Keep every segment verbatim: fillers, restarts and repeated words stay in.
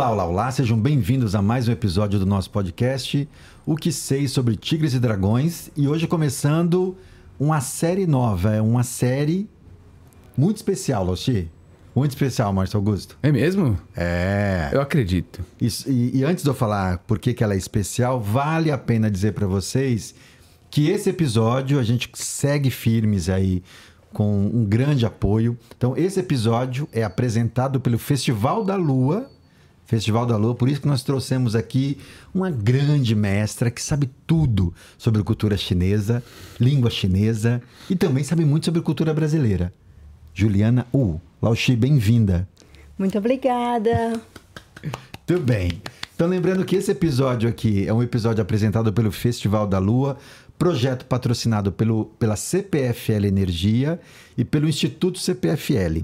Olá, olá, olá, sejam bem-vindos a mais um episódio do nosso podcast, O que sei sobre Tigres e Dragões. E hoje começando uma série nova, uma série muito especial, Lauchi. Muito especial, Márcio Augusto. É mesmo? É. Eu acredito. Isso, e, e antes de eu falar por que, que ela é especial, vale a pena dizer para vocês que esse episódio a gente segue firmes aí com um grande apoio. Então, esse episódio é apresentado pelo Festival da Lua. Festival da Lua, por isso que nós trouxemos aqui uma grande mestra que sabe tudo sobre cultura chinesa, língua chinesa e também sabe muito sobre cultura brasileira. Juliana Wu. Lauchi, bem-vinda. Muito obrigada. Tudo bem. Então, lembrando que esse episódio aqui é um episódio apresentado pelo Festival da Lua, projeto patrocinado pelo, pela C P F L Energia e pelo Instituto C P F L.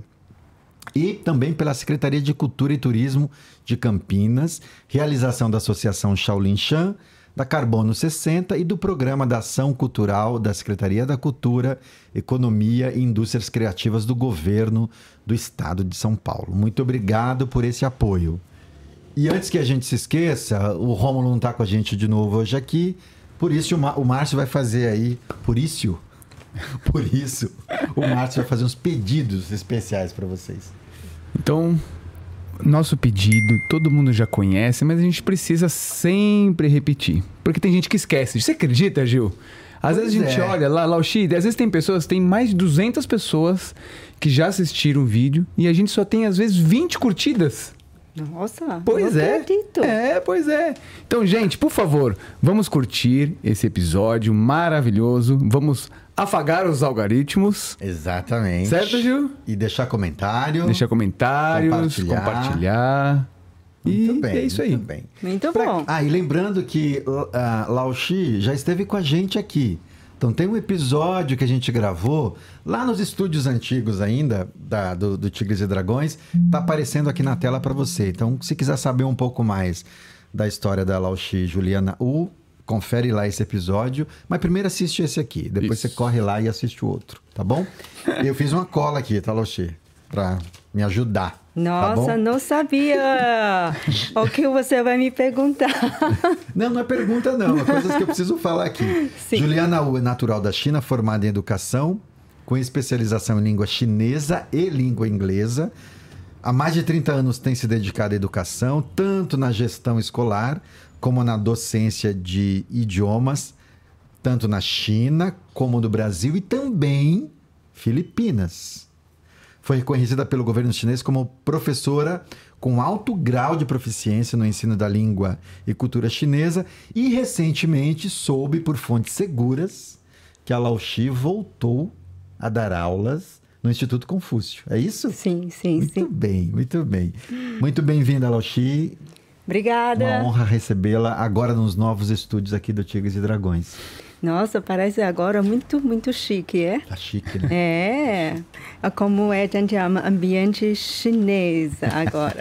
E também pela Secretaria de Cultura e Turismo de Campinas, realização da Associação Shaolin Shan, da Carbono sessenta e do Programa da Ação Cultural da Secretaria da Cultura, Economia e Indústrias Criativas do Governo do Estado de São Paulo. Muito obrigado por esse apoio. E antes que a gente se esqueça, o Rômulo não está com a gente de novo hoje aqui, por isso o Márcio vai fazer aí, por isso, por isso, o Márcio vai fazer uns pedidos especiais para vocês. Então, nosso pedido todo mundo já conhece, mas a gente precisa sempre repetir. Porque tem gente que esquece. Você acredita, Gil? Às Pois vezes a gente é. olha lá, Lauchi, às vezes tem pessoas, tem mais de duzentas pessoas que já assistiram o vídeo e a gente só tem, às vezes, vinte curtidas. Nossa, Pois não é. acredito. É, pois é. Então, gente, por favor, vamos curtir esse episódio maravilhoso. Vamos afagar os algoritmos. Exatamente. Certo, Gil? E deixar comentário. Deixar comentários, Compartilhar. compartilhar. Muito e bem, é isso aí. muito bem. Muito Pra- bom. Ah, e lembrando que uh, Lauchi já esteve com a gente aqui. Então tem um episódio que a gente gravou lá nos estúdios antigos ainda, da, do, do Tigres e Dragões. Tá aparecendo aqui na tela para você. Então, se quiser saber um pouco mais da história da Lauchi e Juliana Wu, confere lá esse episódio. Mas primeiro assiste esse aqui. Depois Isso. você corre lá e assiste o outro, tá bom? Eu fiz uma cola aqui, tá, Lauchi? Pra me ajudar. Tá Nossa, bom? não sabia o que você vai me perguntar. Não, não é pergunta não, é coisas que eu preciso falar aqui. Sim. Juliana Wu é natural da China, formada em educação, com especialização em língua chinesa e língua inglesa. Há mais de trinta anos tem se dedicado à educação, tanto na gestão escolar como na docência de idiomas, tanto na China como no Brasil e também Filipinas. Foi reconhecida pelo governo chinês como professora com alto grau de proficiência no ensino da língua e cultura chinesa e recentemente soube por fontes seguras que a Lauchi voltou a dar aulas no Instituto Confúcio. É isso? Sim, sim, Muito sim. bem, muito bem. Muito bem-vinda, Lauchi. Obrigada. Uma honra recebê-la agora nos novos estúdios aqui do Tigres e Dragões. Nossa, parece agora muito, muito chique, é? Tá chique, né? É, é como é, a gente chama ambiente chinês agora.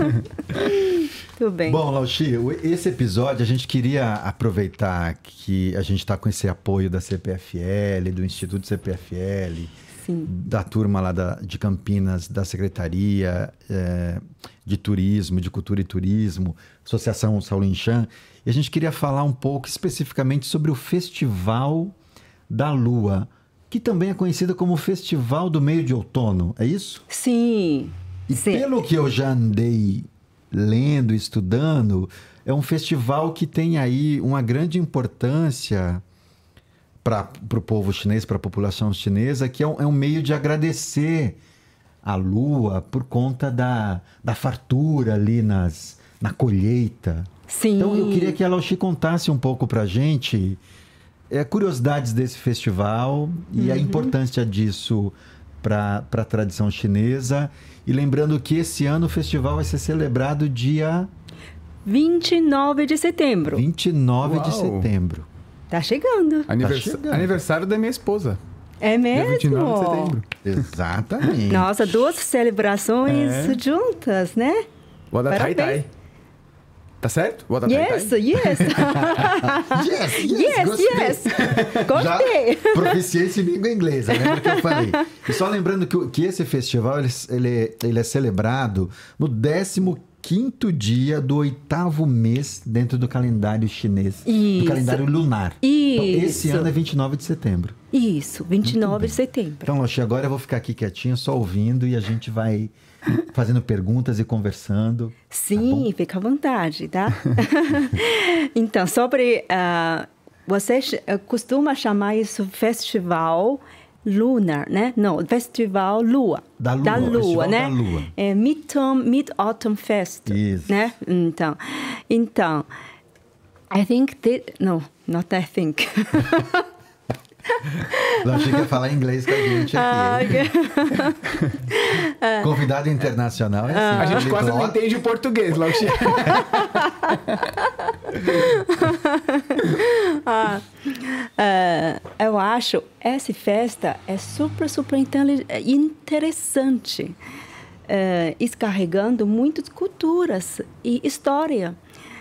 Tudo bem. Bom, Lauchi, esse episódio a gente queria aproveitar que a gente está com esse apoio da C P F L, do Instituto C P F L, Sim. da turma lá da, de Campinas, da Secretaria é, de Turismo, de Cultura e Turismo, Associação Shaolin Shan, e a gente queria falar um pouco especificamente sobre o Festival da Lua, que também é conhecido como Festival do Meio de Outono, é isso? Sim. E Sim. pelo que eu já andei lendo, estudando, é um festival que tem aí uma grande importância para o povo chinês, para a população chinesa, que é um, é um meio de agradecer a Lua por conta da, da fartura ali nas, na colheita. Sim. Então eu queria que a Lauchi contasse um pouco para a gente é, curiosidades desse festival e Uhum. a importância disso para a tradição chinesa. E lembrando que esse ano o festival vai ser celebrado dia vinte e nove de setembro. vinte e nove de Uau. setembro. Tá chegando. Aniversa- chegando. Aniversário da minha esposa. É Dia mesmo? vinte e nove de setembro. Exatamente. Nossa, duas celebrações É. juntas, né? Vou dar Tai Parabéns. Tai. Tá certo? Vou dar Tai Yes, Tai. yes. Yes, yes, Yes, gostei. yes. Gostei. Já proficiência em língua inglesa, lembra que eu falei? E só lembrando que, o- que esse festival ele, ele, ele é celebrado no décimo quinto dia do oitavo mês dentro do calendário chinês. Isso. Do calendário lunar. Isso. Então, esse ano é vinte e nove de setembro. Isso, vinte e nove de setembro. Então, Loxi, agora eu vou ficar aqui quietinho, só ouvindo, e a gente vai fazendo perguntas e conversando. Sim, tá, fica à vontade, tá? Então, sobre... Uh, você uh, costuma chamar isso festival lunar, né? Não, festival lua. Da lua, da lua, né? Da lua. É Mid-Autumn, Mid-Autumn Fest. Isso. Né? Então, então, I think that... No, not I think. Loxi quer falar inglês com a gente aqui. Ah, Convidado internacional é assim. A gente quase não poliglota. entende o português, Loxi. ah, ah, eu acho essa festa é super, super intele- interessante. Uh, descarregando muitas culturas e história.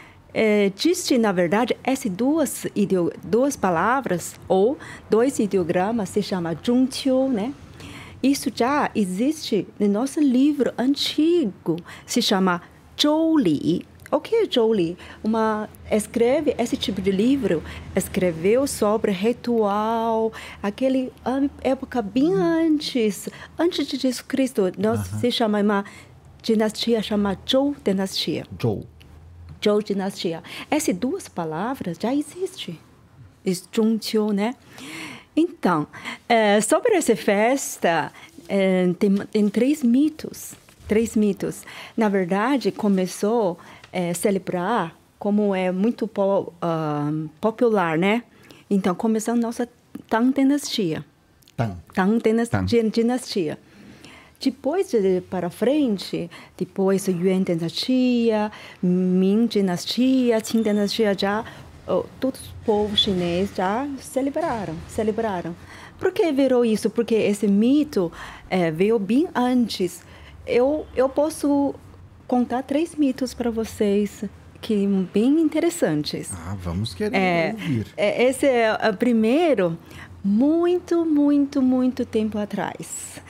É, existe, na verdade, essas duas, ideo, duas palavras ou dois ideogramas se chama Zhongqiu, né? Isso já existe no nosso livro antigo, se chama Zhouli. O que é Zhouli? Uma escreve esse tipo de livro, escreveu sobre ritual, aquele época bem antes, antes de Jesus Cristo, nós uh-huh. se chama uma dinastia chama Zhou dinastia. Zhou. Zhou dinastia. Essas duas palavras já existem. Zhongqiu, né? Então, é, sobre essa festa, é, tem, tem três mitos. Três mitos. Na verdade, começou a é, celebrar como é muito po, uh, popular, né? Então, começou a nossa Tang dinastia. Tang. Tang dinastia. Tang. dinastia. Depois, de, para frente, depois Yuan dinastia, Ming dinastia, Qing dinastia, já oh, todos os povos chineses já celebraram, celebraram. Por que virou isso? Porque esse mito é, veio bem antes. Eu, eu posso contar três mitos para vocês que bem interessantes. Ah, vamos querer é, ouvir. É, esse é o primeiro, muito, muito, muito tempo atrás.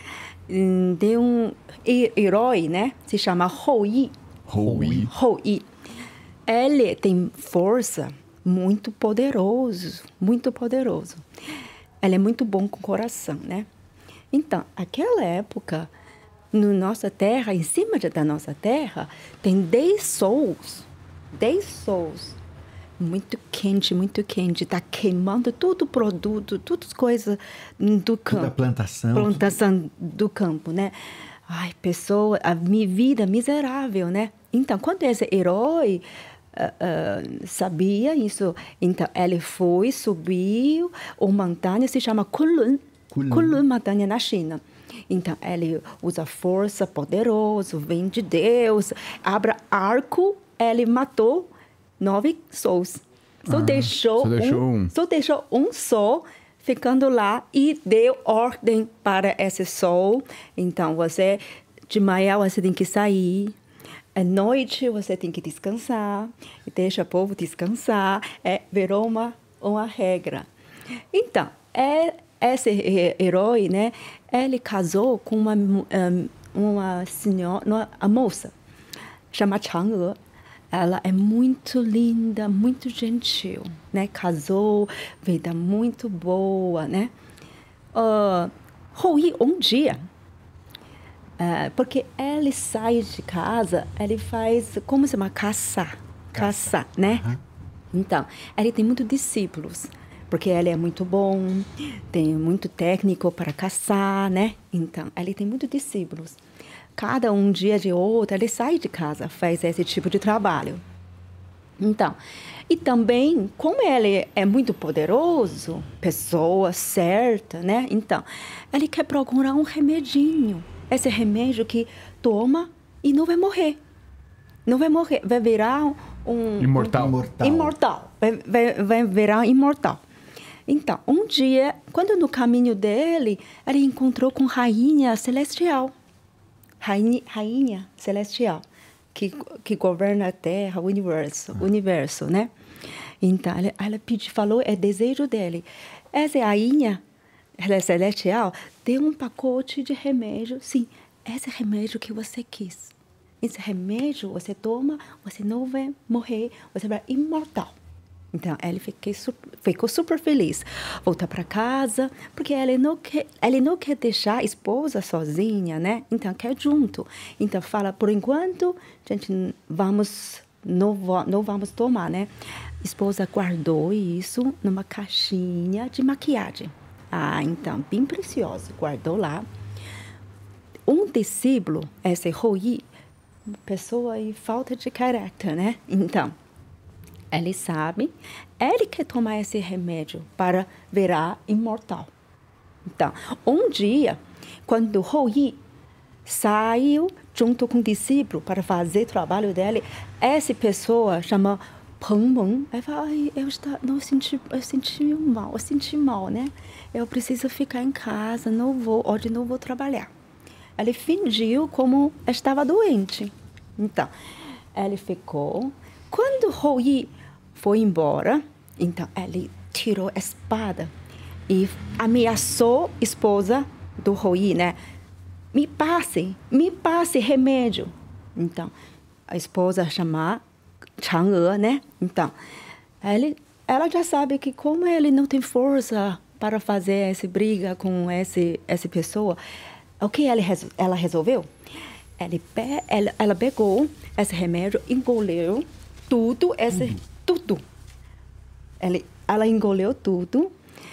De um herói, né? Se chama Hou Yi. Hou Yi. Hou Yi. Ele tem força muito poderoso, muito poderoso. Ele é muito bom com o coração, né? Então, aquela época, na nossa terra, em cima da nossa terra, tem dez sols. Dez sols. Muito quente, muito quente. Está queimando todo o produto, todas as coisas do campo. Toda a plantação. Plantação do campo, né? Ai, pessoa, a minha vida miserável, né? Então, quando esse herói uh, uh, sabia isso, então ele foi, subiu uma montanha, se chama Kunlun. Kunlun. Kunlun, montanha na China. Então, ele usa força, poderoso, vem de Deus, abre arco, ele matou nove sols. Só, ah, deixou só deixou um, um. Só deixou um sol ficando lá e deu ordem para esse sol. Então, você, de manhã, você tem que sair. À noite, você tem que descansar. E deixa o povo descansar. É, virou uma, uma regra. Então, é, esse herói, né? Ele casou com uma, uma senhora, uma moça, chamada Chang'e. Ela é muito linda, muito gentil, né? Casou, vida muito boa, né? Uh, Hou Yi, um dia, uh, porque ele sai de casa, ele faz, como se chama? Caçar. Caçar, né? Uhum. Então, ele tem muitos discípulos, porque ele é muito bom, tem muito técnico para caçar, né? Então, ele tem muitos discípulos. Cada um dia de outro, ele sai de casa, faz esse tipo de trabalho. Então, e também, como ele é muito poderoso, pessoa certa, né? Então, ele quer procurar um remedinho. Esse remédio que toma e não vai morrer. Não vai morrer, vai virar um... Imortal. Um, imortal. Imortal. Vai, vai, vai virar imortal. Então, um dia, quando no caminho dele, ele encontrou com rainha celestial. Rainha, rainha celestial, que, que governa a Terra, o universo, o universo, né? Então, ela, ela pediu, falou, é desejo dele. Essa rainha celestial deu um pacote de remédio. Sim, esse remédio que você quis. esse remédio você toma, você não vai morrer, você vai imortal. Então, ele fiquei, ficou super feliz. Voltar para casa, porque ele não, quer, ele não quer deixar a esposa sozinha, né? Então, quer junto. Então, fala, por enquanto, gente, vamos, não, não vamos tomar, né? A esposa guardou isso numa caixinha de maquiagem. Ah, então, bem precioso. Guardou lá. Um discípulo, esse Rui, pessoa e falta de caráter, né? Então, ele sabe, ele quer tomar esse remédio para virar imortal. Então, um dia, quando Rui saiu junto com o discípulo para fazer o trabalho dele, essa pessoa chama Peng Meng, ele fala, ai, eu, está, não, eu, senti, eu senti mal, eu senti mal, né? Eu preciso ficar em casa, não vou, hoje não vou trabalhar. Ele fingiu como estava doente. Então, ele ficou. Quando Rui foi embora, então ele tirou a espada e ameaçou a esposa do Rui, né? Me passe, me passe remédio. Então, a esposa chama Chang'e, né? Então, ele, ela já sabe que como ele não tem força para fazer essa briga com esse, essa pessoa, o que ela, ela resolveu? Ele, ela, ela pegou esse remédio, engoliu tudo, esse, uhum. tudo. Ela, ela engoliu tudo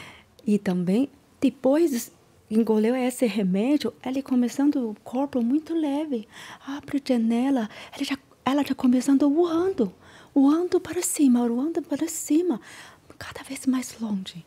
e também, depois engoliu esse remédio, ele começando o corpo muito leve. Abre a janela, ela já, ela já começando voando, voando para cima, voando para cima, cada vez mais longe.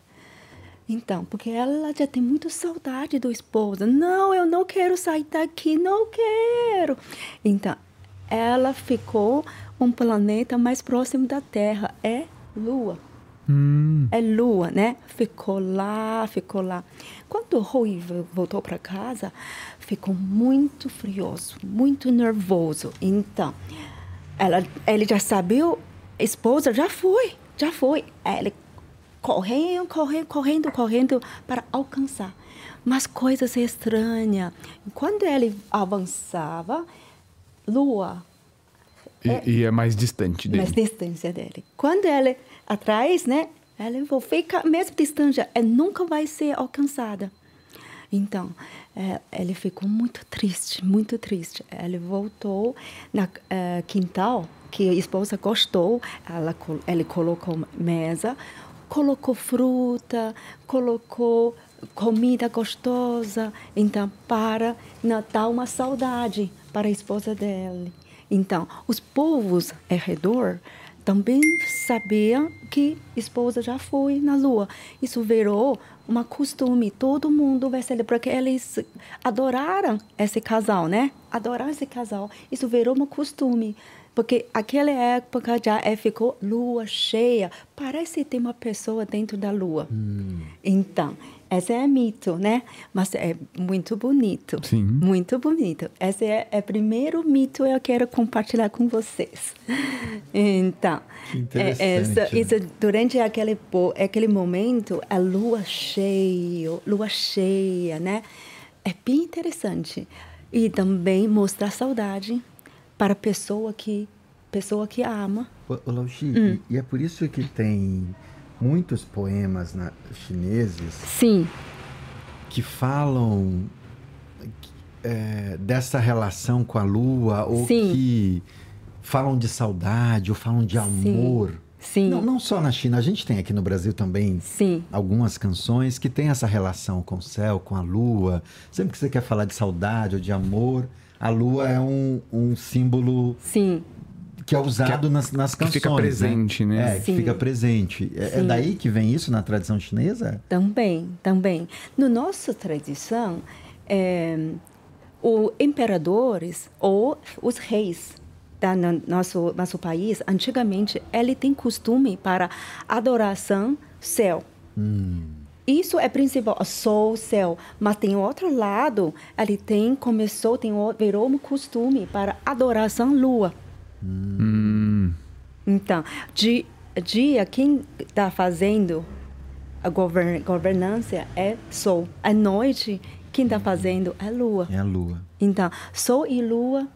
Então, porque ela já tem muita saudade do esposo. Não, eu não quero sair daqui, não quero. Então, ela ficou um planeta mais próximo da Terra, é Lua. Hum. É Lua, né? Ficou lá, ficou lá. Quando o Rui voltou para casa, ficou muito furioso, muito nervoso. Então, ela, ele já sabia, a esposa já foi, já foi. Ele correndo, correndo, correndo, correndo para alcançar. Mas coisas estranhas. Quando ele avançava, Lua... E é, e é mais distante dele. Mais distância dele. Quando ele atrás, né? Ela fica a mesma distância. Ela nunca vai ser alcançada. Então, é, ele ficou muito triste, muito triste. Ele voltou na uh, quintal, que a esposa gostou. Ela, ele colocou mesa, colocou fruta, colocou comida gostosa. Então, para não dar uma saudade para a esposa dele. Então, os povos ao redor também sabiam que a esposa já foi na Lua. Isso virou um costume. Todo mundo vai celebrar, porque eles adoraram esse casal, né? Adoraram esse casal. Isso virou um costume. Porque naquela época já ficou lua cheia. Parece ter uma pessoa dentro da lua. Hum. Então, esse é mito, né? Mas é muito bonito. Sim. Muito bonito. Esse é, é o primeiro mito que eu quero compartilhar com vocês. Então, que interessante, é, essa, né? isso, durante aquele, aquele momento, a lua cheia, lua cheia, né? É bem interessante. E também mostra saudade para a pessoa que, pessoa que ama. Ô, ô Lao-Chi, hum. e, e é por isso que tem muitos poemas na, chineses Sim. que falam é, dessa relação com a lua, ou Sim. que falam de saudade, ou falam de amor. Sim. Sim. Não, não só na China, a gente tem aqui no Brasil também Sim. algumas canções que têm essa relação com o céu, com a lua. Sempre que você quer falar de saudade ou de amor, a lua é um, um símbolo Sim. que é usado que, nas, nas canções. Que fica presente, né? né? É, que fica presente. É, é daí que vem isso na tradição chinesa? Também, também. Na nossa tradição, é, os imperadores ou os reis da no nosso, nosso país, antigamente, ele tem costume para adoração céu. Hum. Isso é principal, sol, céu. Mas tem outro lado, ele tem, começou, tem, virou um costume para adoração lua. Hum. Então, dia, dia quem está fazendo a govern, governança é sol. À noite, quem está fazendo é lua. É a lua. Então, sol e lua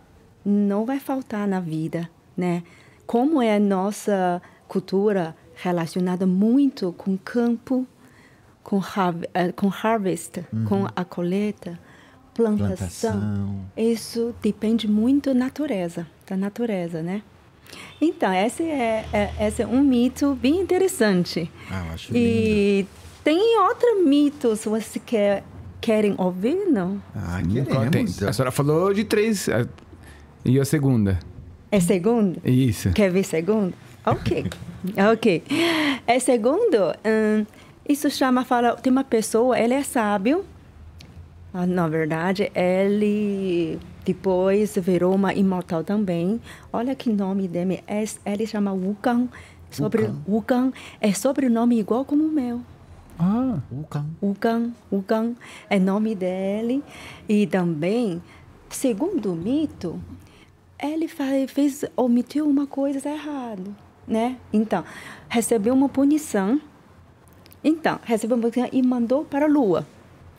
não vai faltar na vida, né? Como é a nossa cultura relacionada muito com campo, com, har- eh, com harvest, uhum. com a colheita, plantação. plantação. Isso depende muito da natureza, da natureza, né? Então, esse é, é, esse é um mito bem interessante. Ah, eu acho e lindo. Tem outro mito, se você quer, querem ouvir, não? Ah, queremos. A senhora falou de três. E a segunda? É segunda? Isso. Quer ver segunda? Ok. ok. É segundo, hum, isso chama, fala, tem uma pessoa, ele é sábio. Ah, na verdade, ele depois virou uma imortal também. Olha que nome dele. É, ele chama Wukong. Sobre, Wukong é sobrenome igual como o meu. Ah, Wukong. Wukong, Wukong é nome dele. E também, segundo o mito, ele faz, fez, omitiu uma coisa errada, né? Então, recebeu uma punição. Então, recebeu uma punição e mandou para a Lua.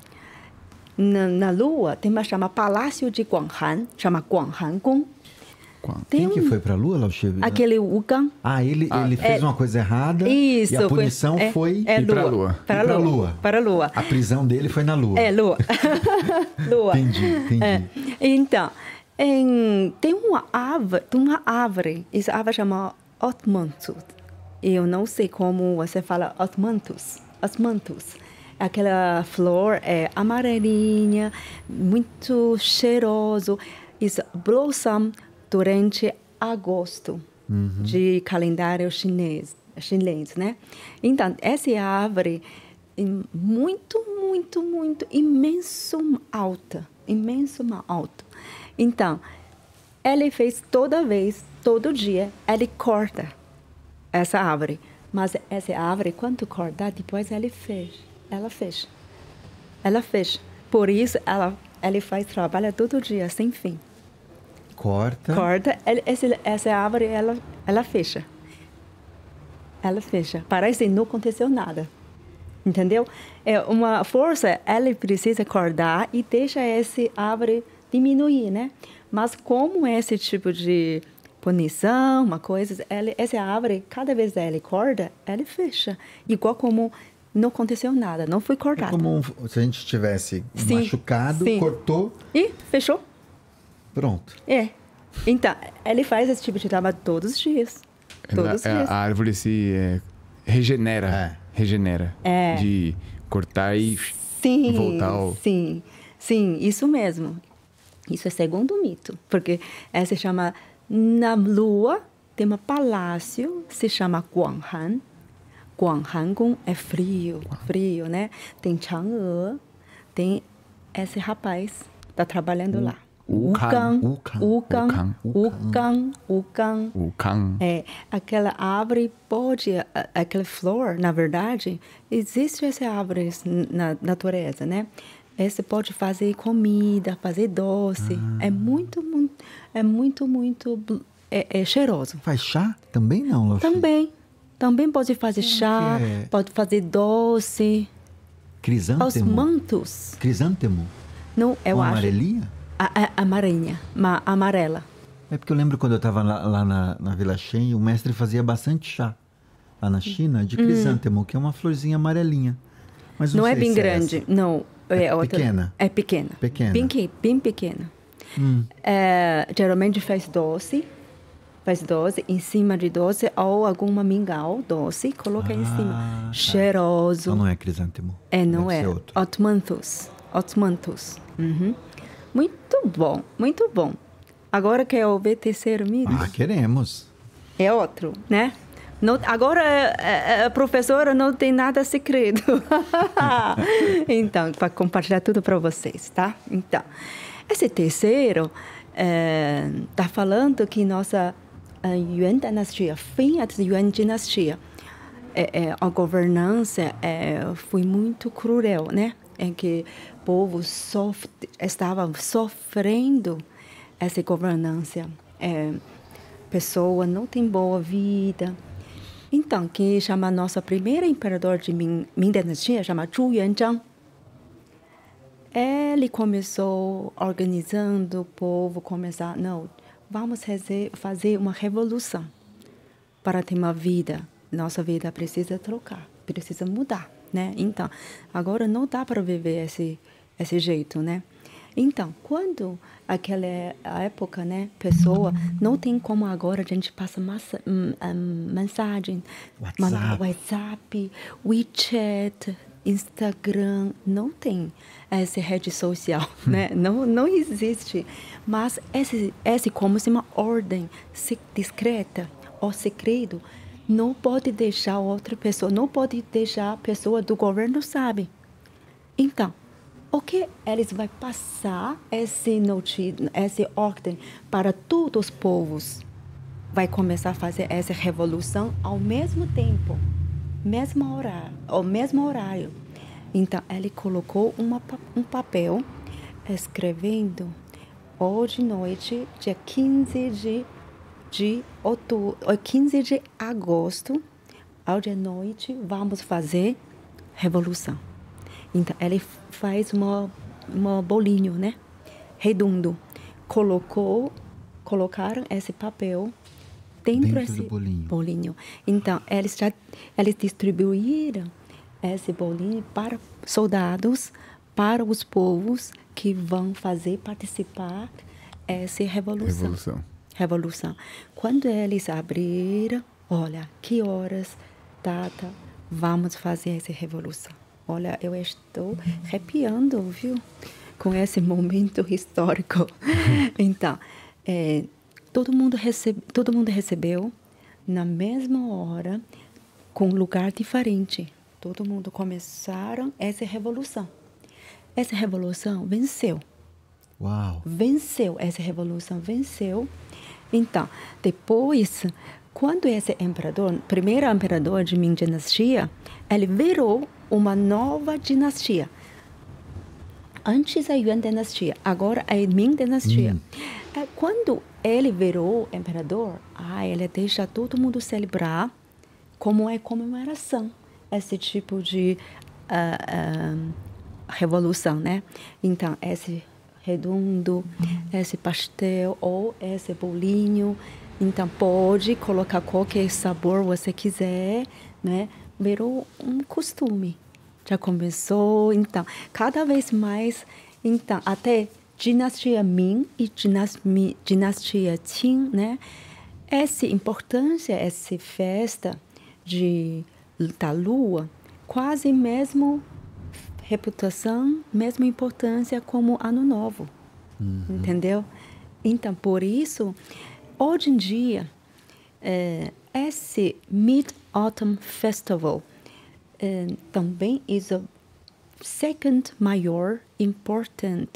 Na, na Lua, tem uma chama Palácio de Guanghan, chama Guanghan Gong. Quem um, que foi para a Lua, Lao Xie? Aquele Wukong. Ah, ele, ah, ele fez é, uma coisa errada isso, e a punição foi, foi é, é para a Lua. Para a Lua. Lua. Para a Lua. A prisão dele foi na Lua. É, Lua. Lua. Entendi, entendi. É. Então, em, tem uma árvore, uma árvore, essa árvore chama Osmanthus. Eu não sei como você fala Osmanthus. Osmanthus. Aquela flor é amarelinha, muito cheiroso. Isso blossom durante agosto, uhum. de calendário chinês, chinês, né? Então, essa árvore é muito, muito, muito imenso alta, imenso alto. Então, ele fez toda vez, todo dia, ele corta essa árvore. Mas essa árvore, quando cortar, depois ele fecha. Ela fecha. Ela fecha. Por isso, ela, ele faz trabalho todo dia, sem fim. Corta. Corta. Ele, esse, essa árvore, ela, ela fecha. Ela fecha. Parece que não aconteceu nada. Entendeu? É uma força, ela precisa cortar e deixa essa árvore diminuir, né? Mas como esse tipo de punição, uma coisa, ela, essa árvore, cada vez que ela corta, ela fecha. Igual como não aconteceu nada, não foi cortado. É como um, se a gente tivesse sim, machucado, sim. cortou... E fechou. Pronto. É. Então, ele faz esse tipo de trabalho todos os dias. Todos os dias. A árvore se é, regenera. É. Regenera. É. De cortar e sim, voltar ao... Sim, sim, isso mesmo. Isso é segundo o mito. Porque essa se chama... Na Lua, tem um palácio, se chama Guanghan. Guanghan Gong é frio, frio, né? Tem Chang'e, tem esse rapaz, está trabalhando lá. Wukong. Wukong. Wukong. Wukong. Wukong. É, aquela árvore pode, aquela flor, na verdade, existe essa árvore na natureza, né? Esse pode fazer comida, fazer doce. Ah. É muito, muito, é muito, muito é, é cheiroso. Faz chá? Também não, Lao Xie? Também. Também pode fazer chá, é. pode fazer doce. Crisântemo? Osmanthus. Crisântemo? Não, eu Com acho. amarelinha? A, a, amarelinha, uma amarela. É porque eu lembro quando eu estava lá, lá na, na Vila Shen, o mestre fazia bastante chá lá na China de crisântemo, hum. que é uma florzinha amarelinha. Mas não, não sei é bem se grande, é não. É, é outra, pequena? É pequena. Pequena. Bem, bem pequena. Hum. É, geralmente faz doce. Faz doce, em cima de doce, ou alguma mingau doce, coloca ah, em cima. Tá. Cheiroso. Então não é crisântemo. É, não Deve é. Osmanthus. Osmanthus. Uhum. Muito bom, muito bom. Agora quer ouvir terceiro mito? Ah, queremos. É outro, né? Não, agora a, a professora não tem nada segredo. Então, para compartilhar tudo para vocês, tá? Então, esse terceiro está é, falando que nossa a Yuan dinastia, fim da Yuan dinastia, é, é, a governança é, foi muito cruel, né? Em que o povo sof estava sofrendo essa governança. É, pessoa não tem boa vida. Então, que chama nossa primeira imperador de Ming, Ming dinastia, chama Zhu Yuanzhang. Ele começou organizando o povo, começar, não, vamos fazer, fazer uma revolução para ter uma vida. Nossa vida precisa trocar, precisa mudar, né? Então, agora não dá para viver esse, esse jeito, né? Então, quando aquela época, né, pessoa, não tem como agora a gente passa massa, um, um, mensagem, WhatsApp. WhatsApp, WeChat, Instagram, não tem essa rede social, hum. né? Não, não existe. Mas esse, esse como se uma ordem discreta ou segredo, não pode deixar outra pessoa, não pode deixar a pessoa do governo sabe. Então, o que eles vão passar esse notícia, essa ordem para todos os povos? Vai começar a fazer essa revolução ao mesmo tempo, mesmo horário, ao mesmo horário. Então, ele colocou uma, um papel escrevendo hoje à noite, dia quinze de, de outubro, quinze de agosto, hoje à noite, vamos fazer revolução. Então, ele faz uma, uma bolinho, né? Redondo. Colocou, colocaram esse papel dentro, dentro desse do bolinho. bolinho. Então, eles já eles distribuíram esse bolinho para soldados, para os povos que vão fazer participar dessa revolução. Revolução. Revolução. Quando eles abriram, olha, que horas, data, vamos fazer essa revolução. Olha, eu estou arrepiando, viu? Com esse momento histórico. Então, é, todo mundo recebe, todo mundo recebeu na mesma hora, com lugar diferente. Todo mundo começaram essa revolução. Essa revolução venceu. Uau! Venceu, essa revolução venceu. Então, depois, quando esse imperador, primeiro imperador de Ming Dinastia, ele virou uma nova dinastia. Antes a Yuan Dinastia, agora a Ming Dinastia. Hum. É, quando ele virou imperador, ah, ele deixa todo mundo celebrar como é comemoração esse tipo de uh, uh, revolução, né? Então, esse redondo, esse pastel ou esse bolinho, então pode colocar qualquer sabor você quiser, né? Virou um costume. Já começou, então, cada vez mais, então, até dinastia Ming e dinastia, dinastia Qing, né? Essa importância, essa festa de, da lua, quase mesmo reputação, mesma importância como Ano Novo, uhum. Entendeu? Então, por isso, hoje em dia, é, esse Mid-Autumn Festival é, também é o second maior important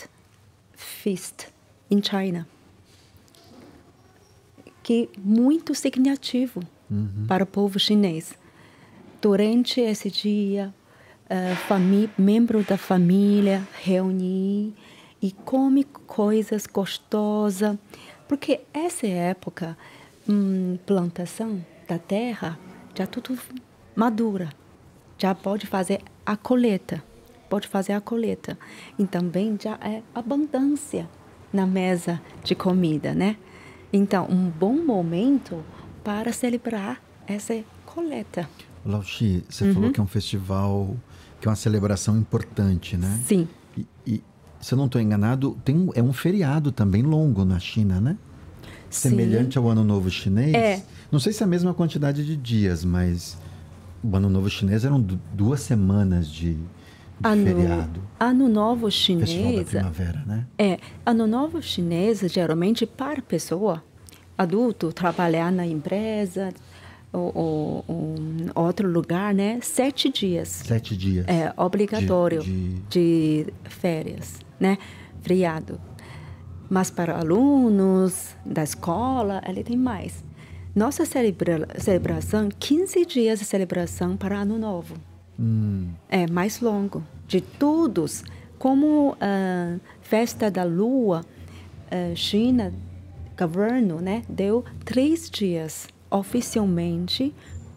feast in China, que é muito significativo uhum. para o povo chinês. Durante esse dia, uh, membros da família reunir e come coisas gostosas, porque essa época, hum, plantação da terra, já tudo madura, já pode fazer a colheita, pode fazer a colheita. E também já é abundância na mesa de comida, né? Então, um bom momento para celebrar essa colheita. Lao Shi, você uhum. falou que é um festival, que é uma celebração importante, né? Sim. E, e se eu não estou enganado, tem um, é um feriado também longo na China, né? Semelhante Sim. ao Ano Novo Chinês. É. Não sei se é a mesma quantidade de dias, mas o Ano Novo Chinês eram duas semanas de, de ano, feriado. Ano Novo Chinês... Festival da Primavera, né? É. Ano Novo Chinês, geralmente, para a pessoa, adulto, trabalhar na empresa... Ou, ou, ou outro lugar, né? Sete dias. Sete dias. É obrigatório de, de... de férias, né? Feriado. Mas para alunos da escola, ele tem mais. Nossa celebra... celebração, quinze dias de celebração para Ano Novo. Hum. É mais longo. De todos, como a uh, Festa da Lua, uh, China, governo, né? Deu três dias. Oficialmente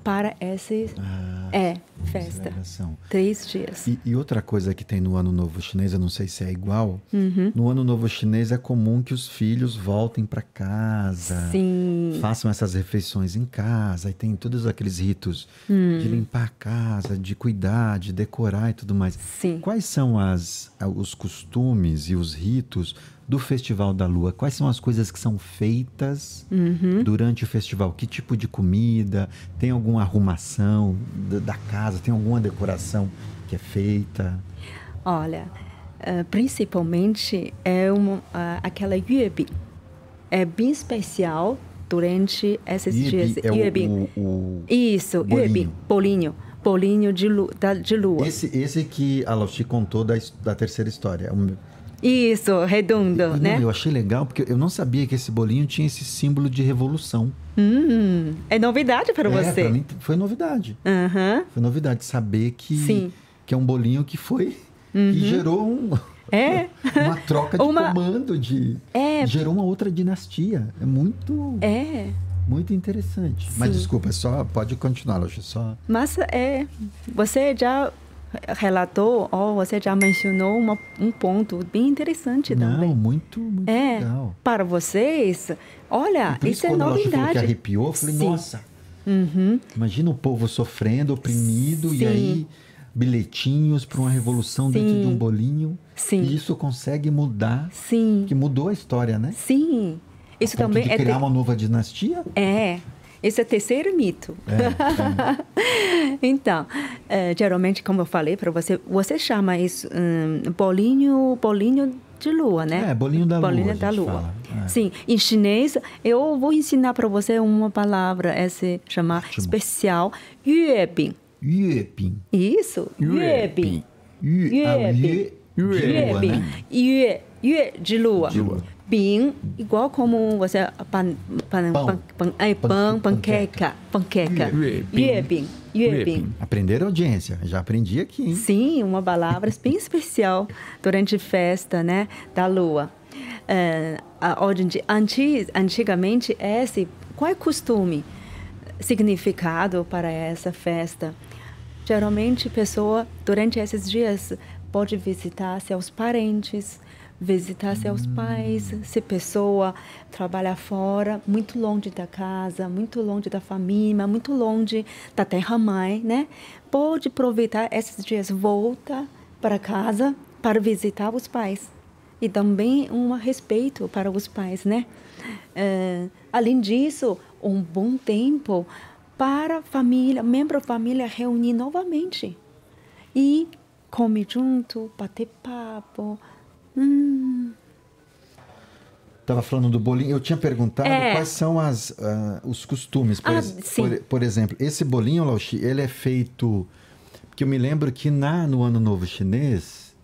para esse Ah, é festa. celebração. Três dias. E, e outra coisa que tem no Ano Novo Chinês, eu não sei se é igual. Uhum. No Ano Novo Chinês é comum que os filhos voltem para casa, Sim. façam essas refeições em casa. E tem todos aqueles ritos Hum. de limpar a casa, de cuidar, de decorar e tudo mais. Sim. Quais são as, os costumes e os ritos do Festival da Lua? Quais são as coisas que são feitas Uhum. durante o festival? Que tipo de comida? Tem alguma arrumação da, da casa? Tem alguma decoração que é feita? Olha, uh, principalmente é uma, uh, aquela yuebing. É bem especial durante esses Yuebing dias. é o- Yuebing. o- o Isso, bolinho. yuebing, bolinho. Bolinho de, lu, da, de lua. Esse, esse que a Lauchi contou da, his- da terceira história. É um- Isso, redondo, Não, né? eu achei legal porque eu não sabia que esse bolinho tinha esse símbolo de revolução. Hum, é novidade para É, você. pra mim foi novidade. Aham. Foi novidade saber que, Sim. que é um bolinho que foi... Que gerou um, É. uma troca de Uma- comando. De, É. Gerou uma outra dinastia. É muito, É. muito interessante. Mas Sim. desculpa, só pode continuar, Lauchi. Só... Mas é, você já relatou ou você já mencionou uma, um ponto bem interessante também. Não, muito, muito É, legal. para vocês, olha, E por isso é quando a Lauchi falou que novidade. arrepiou, eu falei, Sim. nossa, Uhum. imagina o povo sofrendo, oprimido, Sim. e aí bilhetinhos para uma revolução dentro Sim. de um bolinho. Sim. E isso consegue mudar, Sim, que mudou a história, né? sim. Isso A ponto também de é, criar te- uma nova dinastia. é. Esse é o terceiro mito. É, Então, eh, geralmente, como eu falei para você, você chama isso hum, bolinho, bolinho de lua, né? É, bolinho da lua, Bolinho a da gente lua. fala. É. Sim, em chinês, eu vou ensinar para você uma palavra, essa chama Ótimo. especial, yuebing. Yueping. Isso, yuebing. Yu, ah, Yueping. Yue, de lua, Yuebing. né? Yue, yue de lua. De lua. Bing, igual como você pan, pan, Pão. pan, pan, ai, pão, Pan- panqueca, panqueca. Yuebing. Yuebing, yuebing. Aprenderam audiência. Já aprendi aqui, hein? Sim, uma palavra bem especial durante a festa, né, da lua. É, a- hoje em dia- anti- antigamente, esse, qual é o costume, significado para essa festa? Geralmente, a pessoa, durante esses dias, pode visitar seus parentes, visitar seus pais, se a pessoa trabalha fora, muito longe da casa, muito longe da família, muito longe da terra-mãe, né? Pode aproveitar esses dias, volta para casa para visitar os pais. E também um respeito para os pais, né? Eh, além disso, um bom tempo para a família, membro da família reunir novamente. E comer junto, bater papo. Hum, Estava falando do bolinho. Eu tinha perguntado É. quais são as, ah, os costumes. Por, Ah, ex- sim. por, por exemplo, esse bolinho, Lauchi, ele é feito... Porque eu me lembro que na, no Ano Novo Chinês,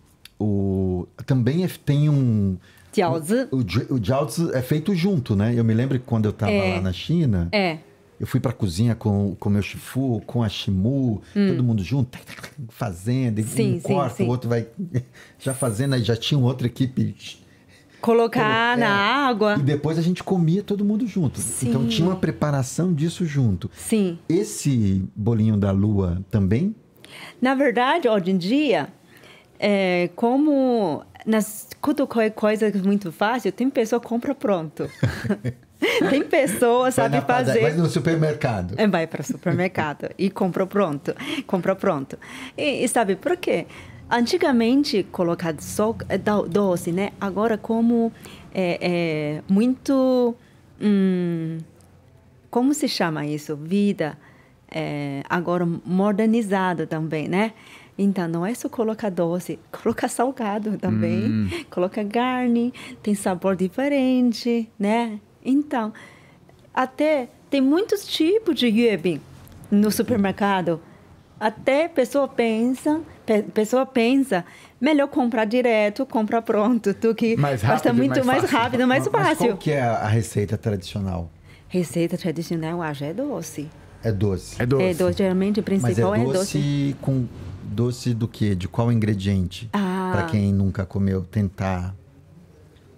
o, também é- tem um... jiaozi. O, ji- o jiaozi é feito junto, né? Eu me lembro que quando eu estava É. lá na China... É, Eu fui para a cozinha com o meu chifu, com a Shimu, todo mundo junto, fazendo, e Hum. Sim, um sim, corta, sim. o outro vai já fazendo, aí já tinha outra equipe. colocar É. na água. E depois a gente comia todo mundo junto. Sim. Então tinha uma preparação disso junto. Sim. Esse bolinho da lua também? Na verdade, hoje em dia, é, como nas, quando qualquer coisa é muito fácil, tem pessoa que compra pronto. Tem pessoa que sabe Vai na pada- fazer. Vai no supermercado. É, vai para o supermercado e compra pronto. Compra pronto. E, e sabe por quê? Antigamente, colocar só é, do- doce, né? Agora, como é, é muito... Hum, como se chama isso? Vida. É, agora, modernizado também, né? Então, não é só colocar doce, coloca salgado também. Coloca carne, tem sabor diferente, né? Então, até tem muitos tipos de yuebing no supermercado. Até pessoa pensa, pe- pessoa pensa, melhor comprar direto, comprar pronto, do que Mais gasta rápido e muito mais mais fácil. rápido, mais Mas qual fácil. que é a a receita tradicional? Receita tradicional, eu acho, é doce. É doce. É doce. É doce, geralmente o Mas é principal é doce, doce. com... Doce do quê? De qual ingrediente? Ah. Para quem nunca comeu, tentar...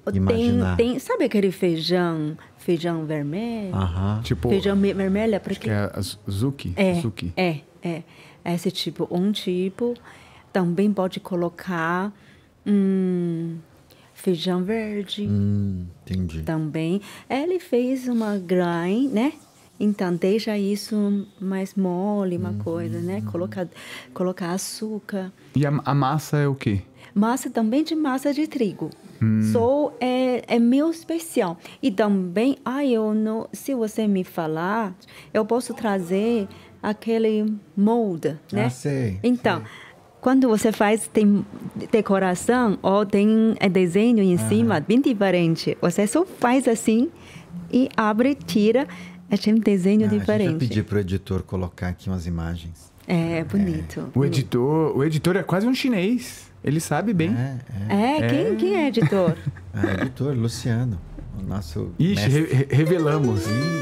imaginar. Tem, tem, sabe aquele feijão, feijão vermelho? Aham. Tipo, Feijão me- vermelho, acho porque que é a z- zuki. é, Zuki. é, é. Esse tipo, um tipo. Também pode colocar hum, feijão verde. Hum, entendi. Também. Ele fez uma grind, né? Então, deixa isso mais mole, uma coisa, né? Colocar, colocar açúcar. E a, a massa é o quê? Massa também de massa de trigo. Só é, é meu especial. E também, ah, eu não, se você me falar, eu posso trazer aquele molde, né? Ah, sei, Então, quando você faz, tem decoração ou tem é, desenho em cima, bem diferente. Você só faz assim e abre, tira, é um desenho Ah, a gente vai diferente. pedir pro editor colocar aqui umas imagens. É bonito. O editor, o editor é quase um chinês. Ele sabe bem. É, é. É, quem, quem é editor? Ah, editor, Luciano. O nosso Ixi, mestre. re- re- revelamos.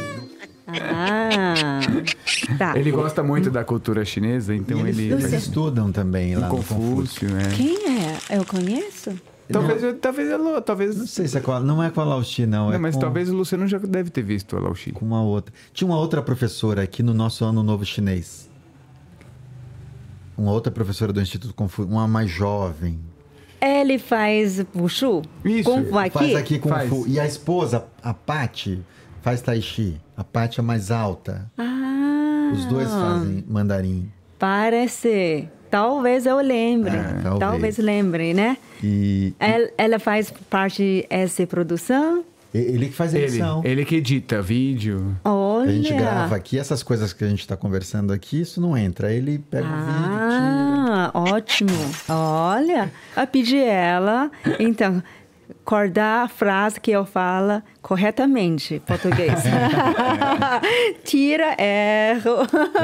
Ah, tá. Ele gosta muito da cultura chinesa, então E eles, ele... eles estudam também lá no Confúcio. Confúcio, é. Quem é? Eu conheço? Talvez, eu- talvez, ela- talvez... Não sei se é com a, não é com a Lauchi, não. Não, é mas com, talvez o Luciano já deve ter visto a Laoshi. com uma outra. Tinha uma outra professora aqui no nosso Ano Novo Chinês. Uma outra professora do Instituto Confúcio, uma mais jovem. Ele faz Wushu? Isso, Kung Fu aqui? Faz aqui Kung Faz. Fu. E a esposa, a Pati, faz Tai Chi. A Pati é mais alta. Ah, Os dois fazem mandarim. parece. Talvez eu lembre. É, talvez. talvez. lembre, né? E Ela, ela faz parte dessa produção? e- ele que faz a Ele, edição. ele que edita vídeo. Olha. A gente grava aqui, essas coisas que a gente está conversando aqui, isso não entra. Ele pega o vídeo, tira. Ah, ótimo. Olha, eu pedi ela, então, acordar a frase que eu falo corretamente, português. Tira erro.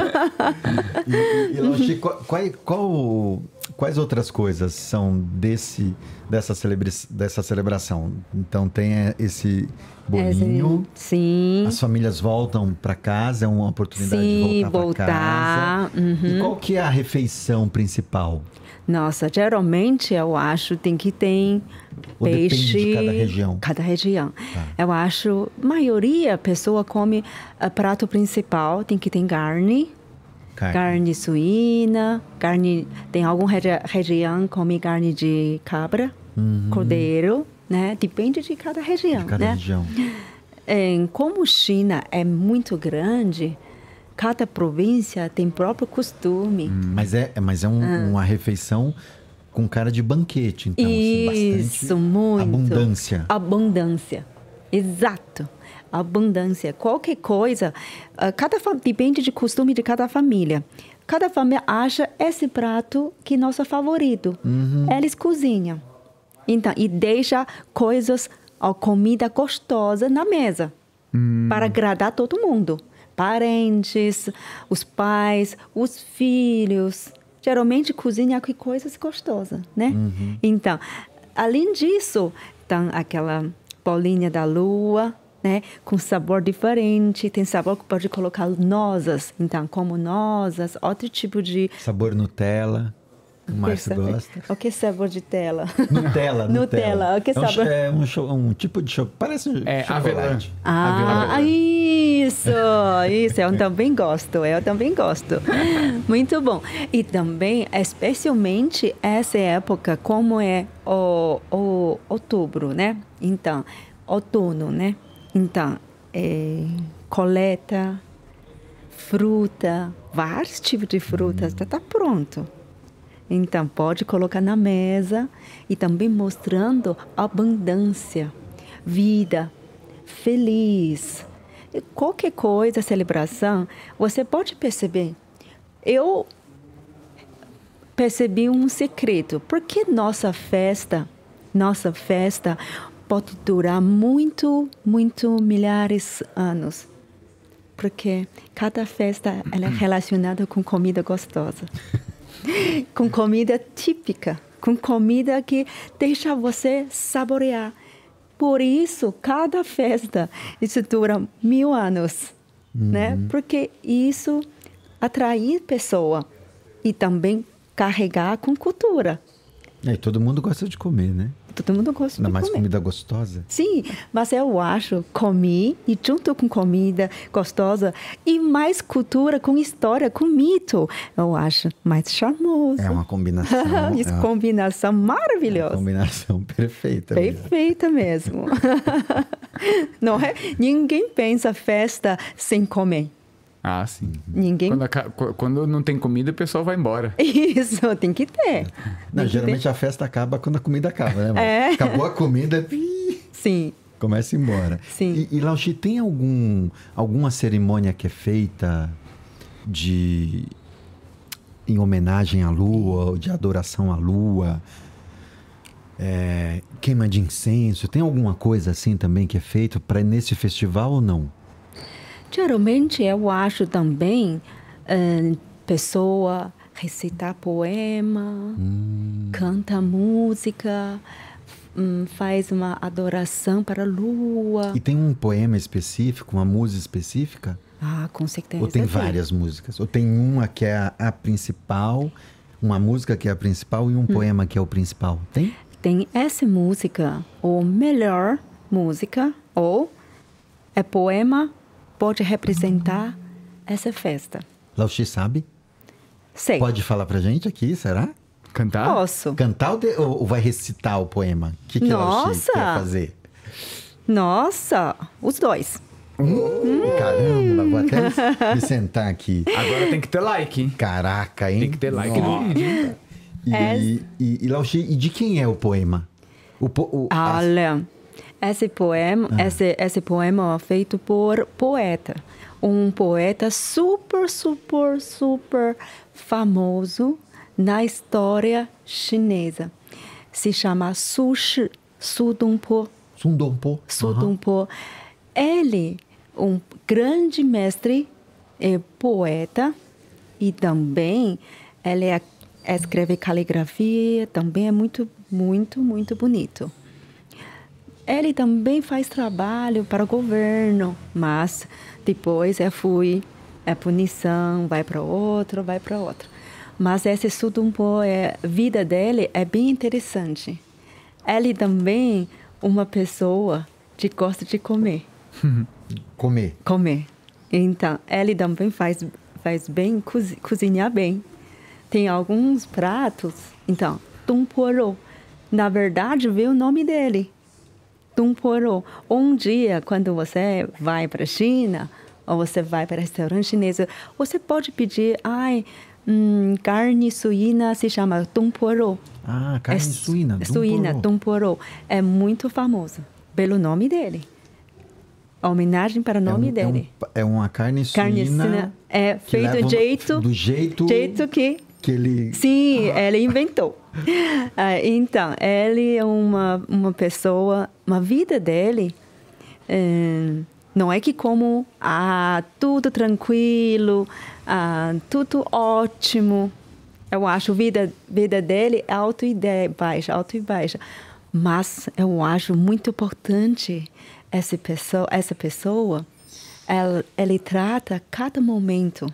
E, e Lauchi, qual, qual- qual- quais outras coisas são desse, dessa, celebra, dessa celebração? Então tem é, esse bolinho, Sim. as famílias voltam para casa, é uma oportunidade Sim, de voltar para voltar, casa. E qual que é a refeição principal? Nossa, geralmente eu acho tem que ter Ou depende peixe. de cada região? Cada região. Tá. Eu acho, maioria pessoa come o prato principal, tem que ter carne. Carne. Carne suína, carne. Tem alguma regi- região que come carne de cabra, cordeiro, né? Depende de cada região, Uhum. De cada né? região. Em, como China é muito grande, cada província tem próprio costume. Mas é, mas é um- Ah. uma refeição com cara de banquete, então. assim, Isso, bastante muito. abundância. Abundância. Exato. Abundância. Qualquer coisa, ah, cada fam- depende de costume de cada família. Cada família acha esse prato que é nosso favorito. Eles cozinham. Então, e deixa coisas, a comida gostosa na mesa para agradar todo mundo. Parentes, os pais, os filhos. Geralmente cozinha com coisas gostosas, né? Então, além disso, tem aquela bolinha da lua, né? Com sabor diferente. Tem sabor que pode colocar nozes. Então, como nozes, outro tipo de... Sabor Nutella. O Márcio Sabe- gosta. O que é sabor de tela? Nutella, Nutella. Nutella, o que é um, sabor? é um, cho- um tipo de chocolate. Parece um É, avelã. chocolate. Ah, isso, isso, eu também gosto, eu também gosto. Muito bom. E também, especialmente essa época, como é o, o outubro, né? Então, outono, né? Então, é, coleta, fruta, vários tipos de frutas, está tá pronto. Então, pode colocar na mesa e também mostrando abundância, vida, feliz. E qualquer coisa, celebração, você pode perceber. Eu percebi um segredo. Por que nossa festa, nossa festa pode durar muito, muito milhares de anos? Porque cada festa ela é relacionada com comida gostosa. Com comida típica, com comida que deixa você saborear. Por isso, cada festa, isso dura mil anos, né? Porque isso atrai pessoa e também carregar com cultura. É, e todo mundo gosta de comer, né? todo mundo gosta Ainda de mais comer. comida gostosa. Sim, mas eu acho comi e junto com comida gostosa e mais cultura com história, com mito, eu acho mais charmoso. É uma combinação. Isso, é uma, combinação uma maravilhosa. combinação perfeita. mesmo. Perfeita mesmo. Não é? Ninguém pensa festa sem comer. Ah, sim. Ninguém. Quando, aca- qu- quando não tem comida, o pessoal vai embora. Isso, tem que ter. Não, Tem que geralmente ter. a festa acaba quando a comida acaba, né? amor? É. Acabou a comida, ih, Sim. começa a ir embora. Sim. E, e Lauchi, tem algum, alguma cerimônia que é feita de em homenagem à lua, ou de adoração à lua? É, queima de incenso? Tem alguma coisa assim também que é feito para nesse festival ou não? Geralmente eu acho também eh, pessoa recitar poema, canta música, hum, faz uma adoração para a lua. E tem um poema específico, uma música específica? Ah, com certeza. Ou tem várias músicas? Ou tem uma que é a, a principal, uma música que é a principal e um poema que é o principal? Tem? Tem essa música, ou melhor música, ou é poema, pode representar essa festa. Lauchi sabe? Sei. Pode falar pra gente aqui, será? Cantar? Posso. Cantar ou, de- ou- ou vai recitar o poema? O que, que Lauchi Nossa! quer fazer? Nossa, os dois. Hum, Caramba, vou até me, me sentar aqui. Agora tem que ter like, hein? Caraca, hein? Tem que ter like no vídeo. E, É. e, e, Lauchi, e de quem é o poema? O, po- o- a- Olha, esse poema, esse, esse poema é feito por poeta. Um poeta super, super, super famoso na história chinesa. Se chama Su Shi, Su Dongpo. Sundongpo. Su Aham. Dongpo. Ele, um grande mestre, é poeta e também ele é, escreve caligrafia, também é muito, muito, muito bonito. Ele também faz trabalho para o governo, mas depois é fui, é punição, vai para outro, vai para outro. Mas esse Su Dongpo, é, a vida dele é bem interessante. Ele também uma pessoa que gosta de comer. Comer. Comer. Então, ele também faz, faz bem, cozi- cozinhar bem. Tem alguns pratos. Então, Tumporô. Na verdade, veio o nome dele. Tumporô. Um dia, quando você vai para a China, ou você vai para restaurante chinês, você pode pedir, ai, hum, carne suína se chama Tumporô. Ah, carne É suína. Suína, Tumporô. Tumporô. É muito famoso pelo nome dele. A homenagem para o nome é um, dele. É, um, é uma carne suína. Carne suína é que feito leva do jeito, do jeito, jeito que que ele. sim, ele inventou. Ah, então, ele é uma uma pessoa, uma vida dele eh, não é que como ah tudo tranquilo, ah, tudo ótimo. Eu acho a vida vida dele é alto e de- baixa, alto e baixa. Mas eu acho muito importante essa pessoa, essa pessoa, ela, ele trata cada momento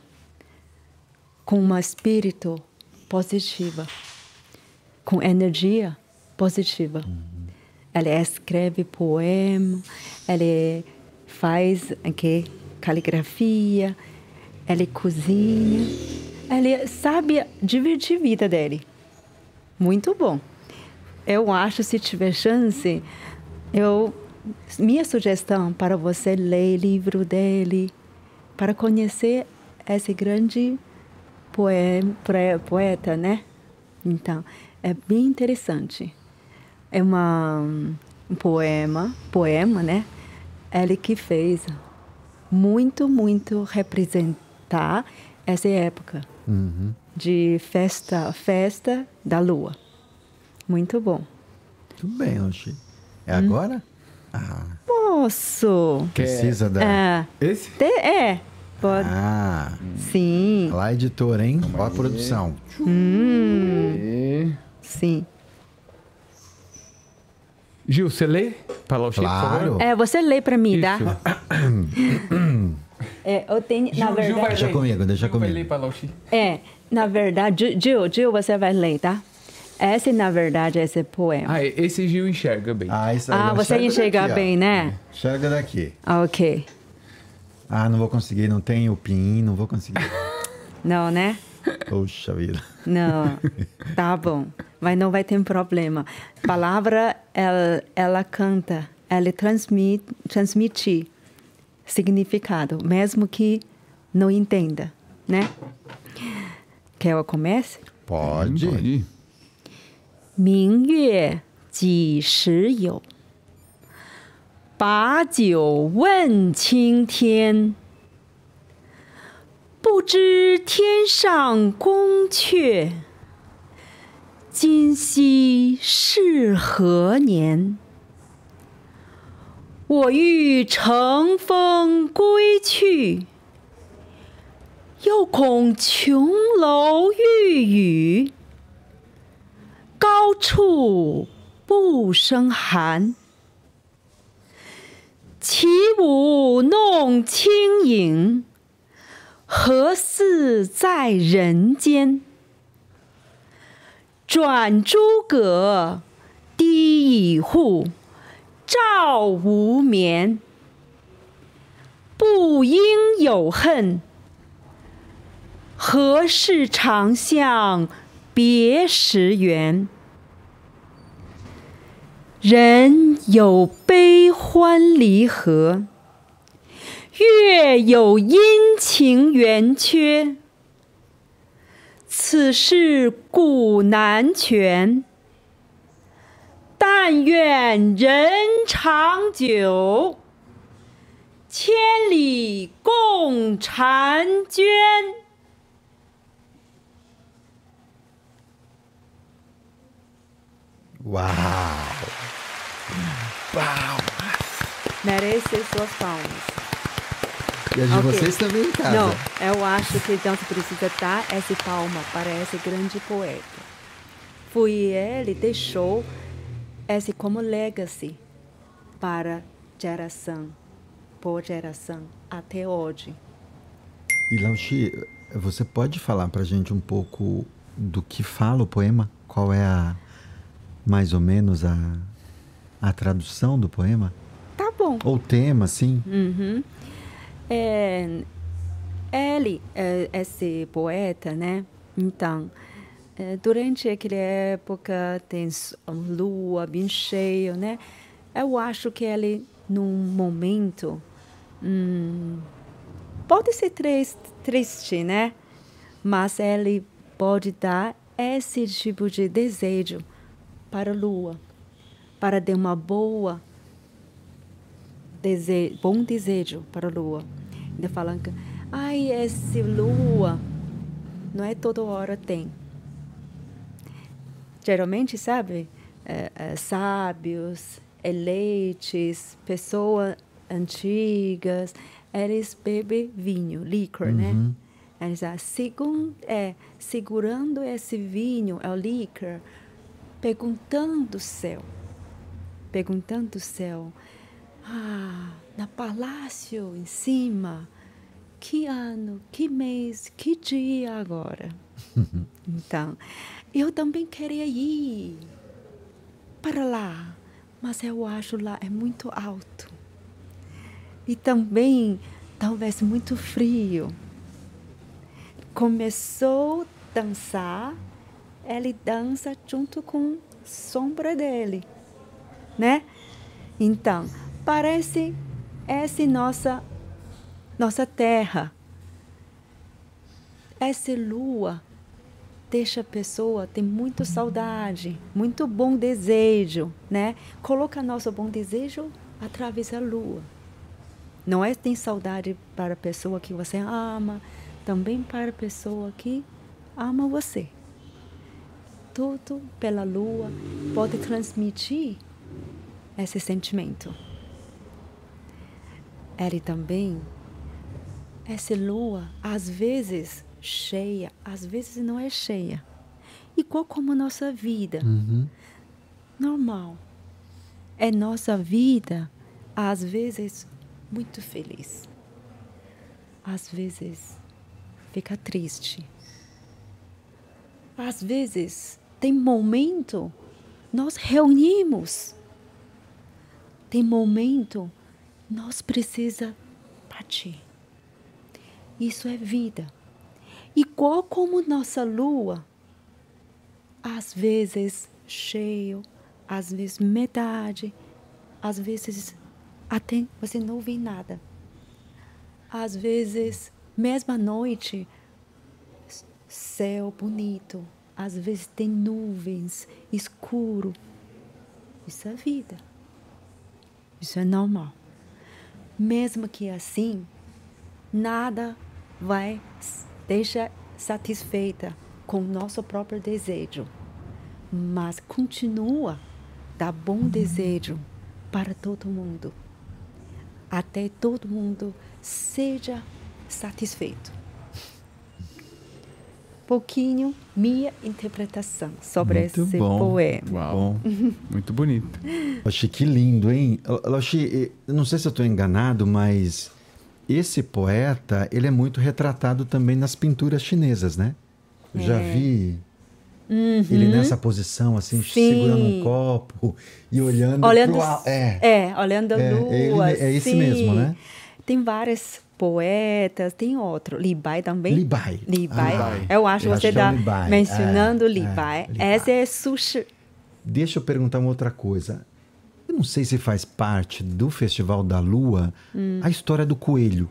com um espírito positivo, com energia positiva. Ele escreve poema, ele faz aqui, caligrafia, ele cozinha, ele sabe divertir a vida dele. Muito bom. Eu acho, se tiver chance, eu, minha sugestão para você ler livro dele, para conhecer esse grande poema, poeta, né? Então, é bem interessante. É uma, um poema, poema, né? Ele que fez muito, muito representar essa época Uhum. de festa, festa da lua. Muito bom. Tudo bem, Lauchi. É Hum. agora? Ah, Posso? precisa da. É. Esse? Te- é. Pode. Ah, Sim. lá editor, hein? Ó a produção. E... Sim. Gil, você lê para Lauchi, por Claro. favor? É, você lê para mim, tá? Isso. É, eu tenho, na Gil, Gil vai verdade. Deixa ler. comigo, deixa Gil vai comigo. ler para Lauchi. É, na verdade, Gil, Gil, você vai ler, tá? Esse, na verdade, esse poema. Ah, esse Gil enxerga bem. Ah, isso aí. Ah, eu você enxergo enxerga daqui, ó. bem, né? Enxerga daqui. Ok. Ah, não vou conseguir, não tem o pin, não vou conseguir. Não, né? Poxa vida. Não, tá bom. Mas não vai ter problema. Palavra, ela, ela canta, ela transmite, transmite significado, mesmo que não entenda, né? Quer eu comece? Pode. Pode. 明月几时有？把酒问青天。不知天上宫阙，今夕是何年？我欲乘风归去，又恐琼楼玉宇，高处不胜寒。起舞弄清影，何似在人间？转朱阁，低绮户，照无眠。不应有恨，何事长向别时圆？人有悲欢离合，月有阴晴圆缺。此事古难全，但愿人长久，千里共婵娟。 Uau! Merece suas palmas. E as de Ok. vocês também em casa. Não, eu acho que então você precisa dar essa palma para esse grande poeta. Foi ele que deixou esse como legacy para geração por geração até hoje. E Lauchi, você pode falar pra gente um pouco do que fala o poema? Qual é a, mais ou menos a, a tradução do poema? Tá bom. Ou o tema, assim? Uhum. É, ele, é, esse poeta, né? Então, é, durante aquela época tem lua bem cheia, né? Eu acho que ele, num momento, hum, pode ser triste, triste, né? Mas ele pode dar esse tipo de desejo para a lua, para ter uma boa Dese... bom desejo para a lua. Ainda falando que, ai, essa lua não é toda hora tem. Geralmente, sabe, é, é, sábios, eleitos, pessoas antigas, eles bebem vinho, licor, Uhum. né? Eles, ah, segun, é, segurando esse vinho, é o licor, perguntando o céu, perguntando o céu, ah, na palácio em cima, que ano, que mês, que dia agora? Então, eu também queria ir para lá, mas eu acho lá é muito alto. E também, talvez muito frio. Começou a dançar, ele dança junto com a sombra dele, né? Então, parece essa nossa nossa terra. Essa lua deixa a pessoa ter muita saudade, muito bom desejo, né? Coloca nosso bom desejo através da lua. Não é tem saudade para a pessoa que você ama, também para a pessoa que ama você. Tudo pela lua pode transmitir esse sentimento. Ele também, essa lua, às vezes cheia, às vezes não é cheia. Igual como nossa vida. Uhum. Normal. É nossa vida, às vezes, muito feliz. Às vezes, fica triste. Às vezes, tem momento, nós reunimos. Tem momento, nós precisamos partir. Isso é vida. Igual como nossa lua, às vezes cheio, às vezes metade, às vezes até você não vê nada. Às vezes, mesmo à noite, céu bonito, às vezes tem nuvens, escuro. Isso é vida. Isso é normal. Mesmo que assim, nada vai deixar satisfeita com o nosso próprio desejo, mas continua a dar bom desejo para todo mundo, até todo mundo seja satisfeito. Pouquinho minha interpretação sobre Muito esse bom. poema. Uau, muito bonito. Laoshi, que lindo, hein? Laoshi, eu não sei se eu estou enganado, mas esse poeta, ele é muito retratado também nas pinturas chinesas, né? Eu já É. vi Uhum. ele nessa posição, assim, Sim. segurando um copo e olhando, Olhando, pro al- é. é, olhando a É, lua. é ele- é esse sim. mesmo, né? Tem vários poetas, tem outro. Li Bai também. Li Bai. Li Bai. Ah, eu acho que eu você acho que é está o Li Bai. mencionando É, Li é, Bai. Li Bai. Essa é Sushi. Deixa eu perguntar uma outra coisa. Eu não sei se faz parte do Festival da Lua Hum. a história do coelho.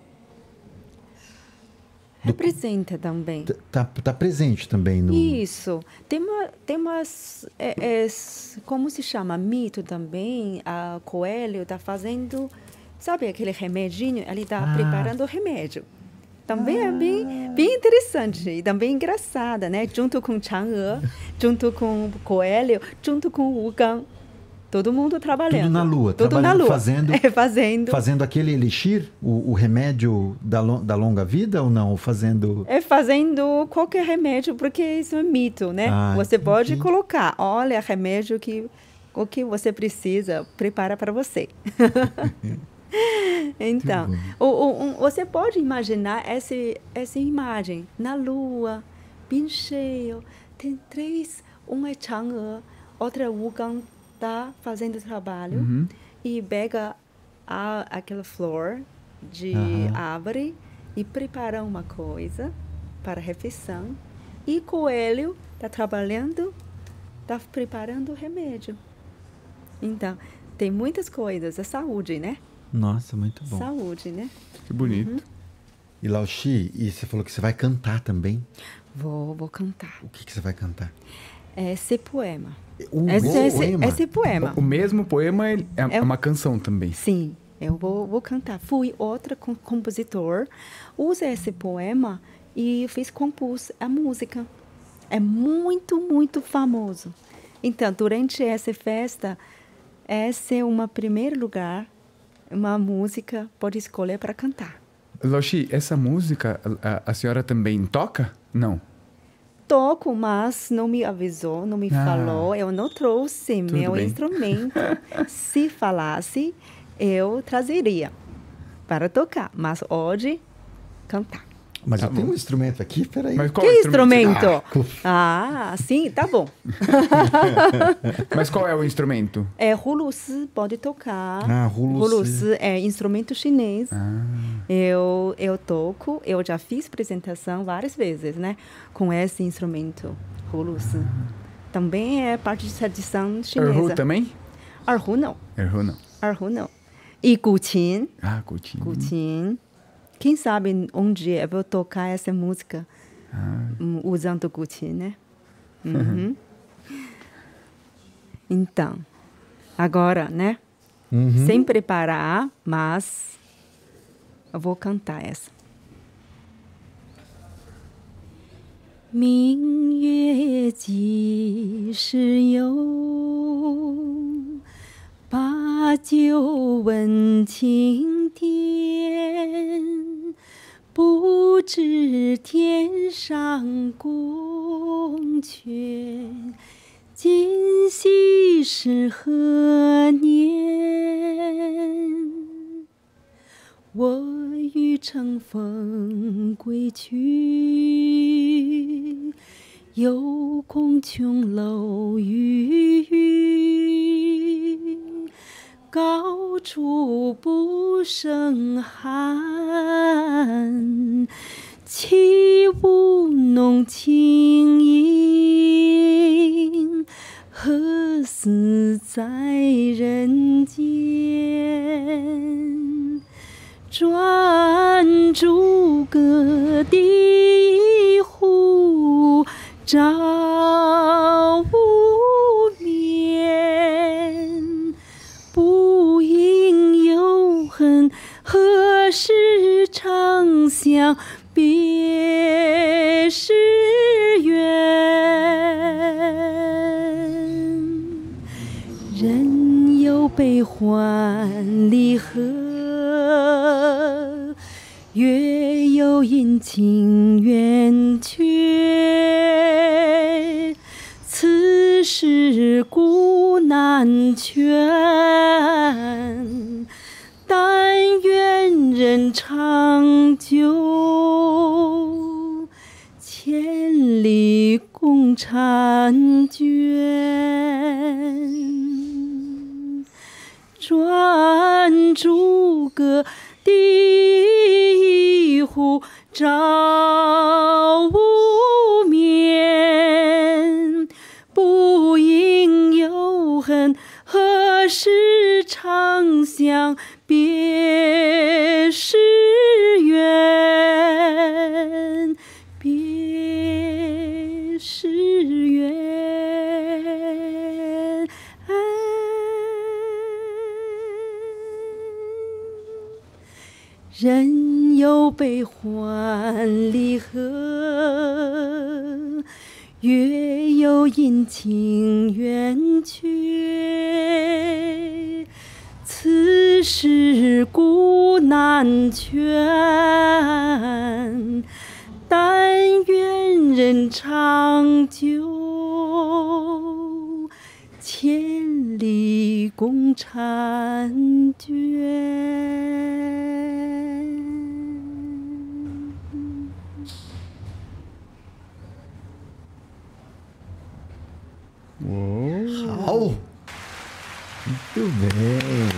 Representa também. T- Tá, tá presente também no... Isso. Tem, uma, tem umas. É, é, como se chama? Mito também. A coelho está fazendo. Sabe aquele remedinho? Ele está Ah. preparando o remédio. Também é bem, bem interessante e também engraçada, né? Junto com Chang'e, junto com o coelho, junto com o Wugang. Todo mundo trabalhando. Tudo na lua, Tudo na trabalhando, lua. fazendo- É, fazendo. Fazendo aquele elixir, o, o remédio da, lo- da longa vida ou não? Ou fazendo... É fazendo qualquer remédio, porque isso é mito, né? Ah, você pode entendi. colocar, olha, remédio que o que você precisa, prepara para você. Então, o, o, um, você pode imaginar essa, essa imagem na lua, bem cheio, tem três, uma é Chang'e, outra é Wugang, tá fazendo trabalho, Uhum. e pega a, aquela flor de Aham. árvore e prepara uma coisa para a refeição. E coelho está trabalhando, está preparando o remédio. Então, tem muitas coisas. É saúde, né? Nossa, muito bom. Saúde, né? Que bonito. E Laoshi, e você falou que você vai cantar também. Vou, vou cantar. O que, que você vai cantar? Esse poema. Um Esse, esse, poema? esse poema. O mesmo poema ele é, É é um- uma canção também. Sim, eu vou, vou cantar. Fui outro com- compositor, usa esse poema e fiz compus a música. É muito, muito famoso. Então, durante essa festa, esse é um primeiro lugar, uma música pode escolher para cantar. Laoshi, essa música a, a senhora também toca? Não. Toco, mas não me avisou, não me Ah, falou, eu não trouxe tudo meu bem. instrumento. Se falasse, eu trazeria para tocar, mas hoje, cantar. Mas Tá eu tenho bom. um instrumento aqui, peraí. Mas qual Que é o instrumento? instrumento? Ah, sim, tá bom. Mas qual é o instrumento? É, hulusi pode tocar. Ah, hulusi. Hulusi é instrumento chinês. Ah, Eu, eu toco, eu já fiz apresentação várias vezes, né? Com esse instrumento, hulusi. Também é parte de tradição chinesa. erhu também? Erhu não, Erhu não. erhu não. E guqin, Ah, guqin. guqin. Quem sabe um dia eu vou tocar essa música hum, usando guqin, né? Uhum. Então, agora, né? Uhum. Sem preparar, mas eu vou cantar essa. 明月几时有？把酒问青天。不知天上宫阙，今夕是何年？我欲乘风归去， 有空琼楼玉宇，高处不胜寒。起舞弄清影，何似在人间？转朱阁，低户照无眠。不应有恨，何时长相别时圆？人有悲欢离合，月有阴晴圆缺。此事古难全，但愿人长久，千里共婵娟。转朱阁，低户照无眠。不应有恨，何时长相别时圆？别时圆。人有悲欢离合，月有阴晴圆缺。此事古难全，但愿人长久，千里共婵娟。 好, muito bem.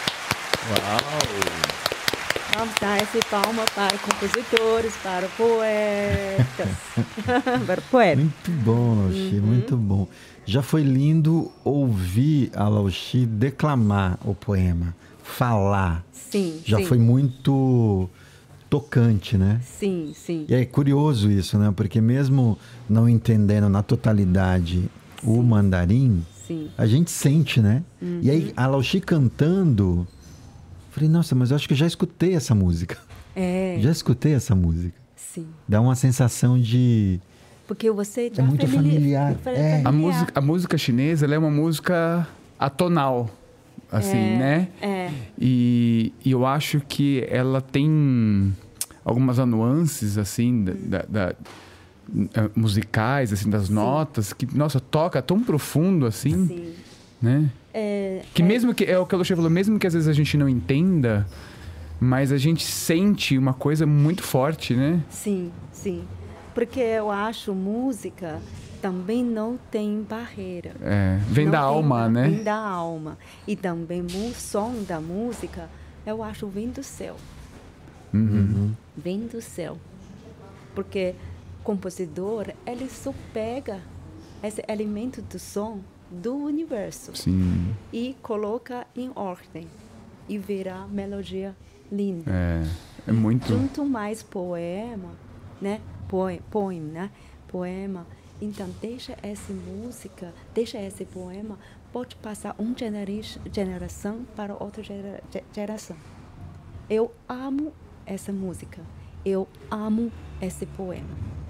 Uau! Vamos dar esse palma para compositores, para poetas. Para poetas. Muito bom, Laoshi, uhum. Muito bom. Já foi lindo ouvir a Laoshi declamar o poema, falar. Sim, Já sim. foi muito tocante, né? Sim, sim. E é curioso isso, né? Porque mesmo não entendendo na totalidade sim. o mandarim, sim. a gente sente, né? Uhum. E aí a Laoshi cantando, falei, nossa, mas eu acho que eu já escutei essa música. É. Já escutei essa música. Sim. Dá uma sensação de... Porque você já é muito familiar. familiar. É. A, música, a música chinesa, ela é uma música atonal, assim, é, né? É. E, e eu acho que ela tem algumas nuances, assim, da, da, da, musicais, assim, das Sim. notas, que, nossa, toca tão profundo, assim, Sim. né? É, que é... mesmo que, é o que a Laoshi falou, mesmo que às vezes a gente não entenda, mas a gente sente uma coisa muito forte, né? Sim, sim. Porque eu acho música também não tem barreira. É, vem não da tem, alma, né? Vem da alma. E também o som da música, eu acho, vem do céu. Uhum. Vem do céu. Porque o compositor, ele só pega esse elemento do som do universo. Sim. E coloca em ordem. E vira melodia linda. É, é muito... Junto mais poema, né? Poema, poema, né? Poema. Então, deixa essa música, deixa esse poema, pode passar uma geração para outra gera, geração. Eu amo essa música. Eu amo esse poema.